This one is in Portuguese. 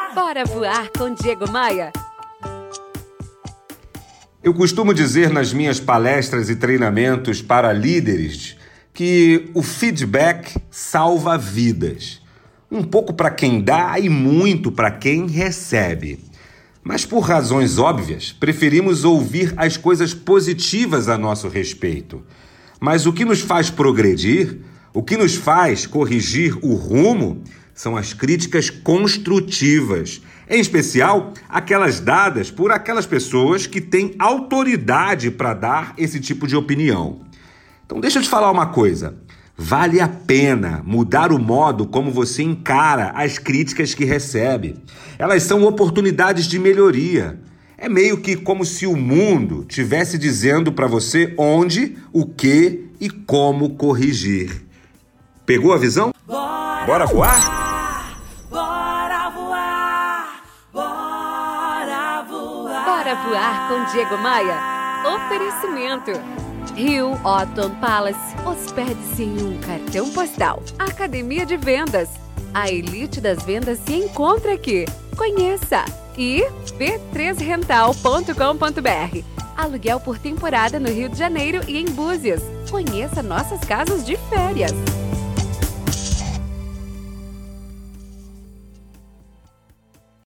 Bora voar com Diego Maia. Eu costumo dizer nas minhas palestras e treinamentos para líderes que o feedback salva vidas. Um pouco para quem dá e muito para quem recebe. Mas por razões óbvias, preferimos ouvir as coisas positivas a nosso respeito. Mas o que nos faz progredir, o que nos faz corrigir o rumo, são as críticas construtivas, em especial aquelas dadas por aquelas pessoas que têm autoridade para dar esse tipo de opinião. Então deixa eu te falar uma coisa, vale a pena mudar o modo como você encara as críticas que recebe. Elas são oportunidades de melhoria. É meio que como se o mundo estivesse dizendo para você onde, o que e como corrigir. Pegou a visão? Bora voar? Bora voar com Diego Maia. Oferecimento. Rio Otton Palace. Hospede-se em um cartão postal. Academia de Vendas. A elite das vendas se encontra aqui. Conheça. E b3rental.com.br. Aluguel por temporada no Rio de Janeiro e em Búzios. Conheça nossas casas de férias.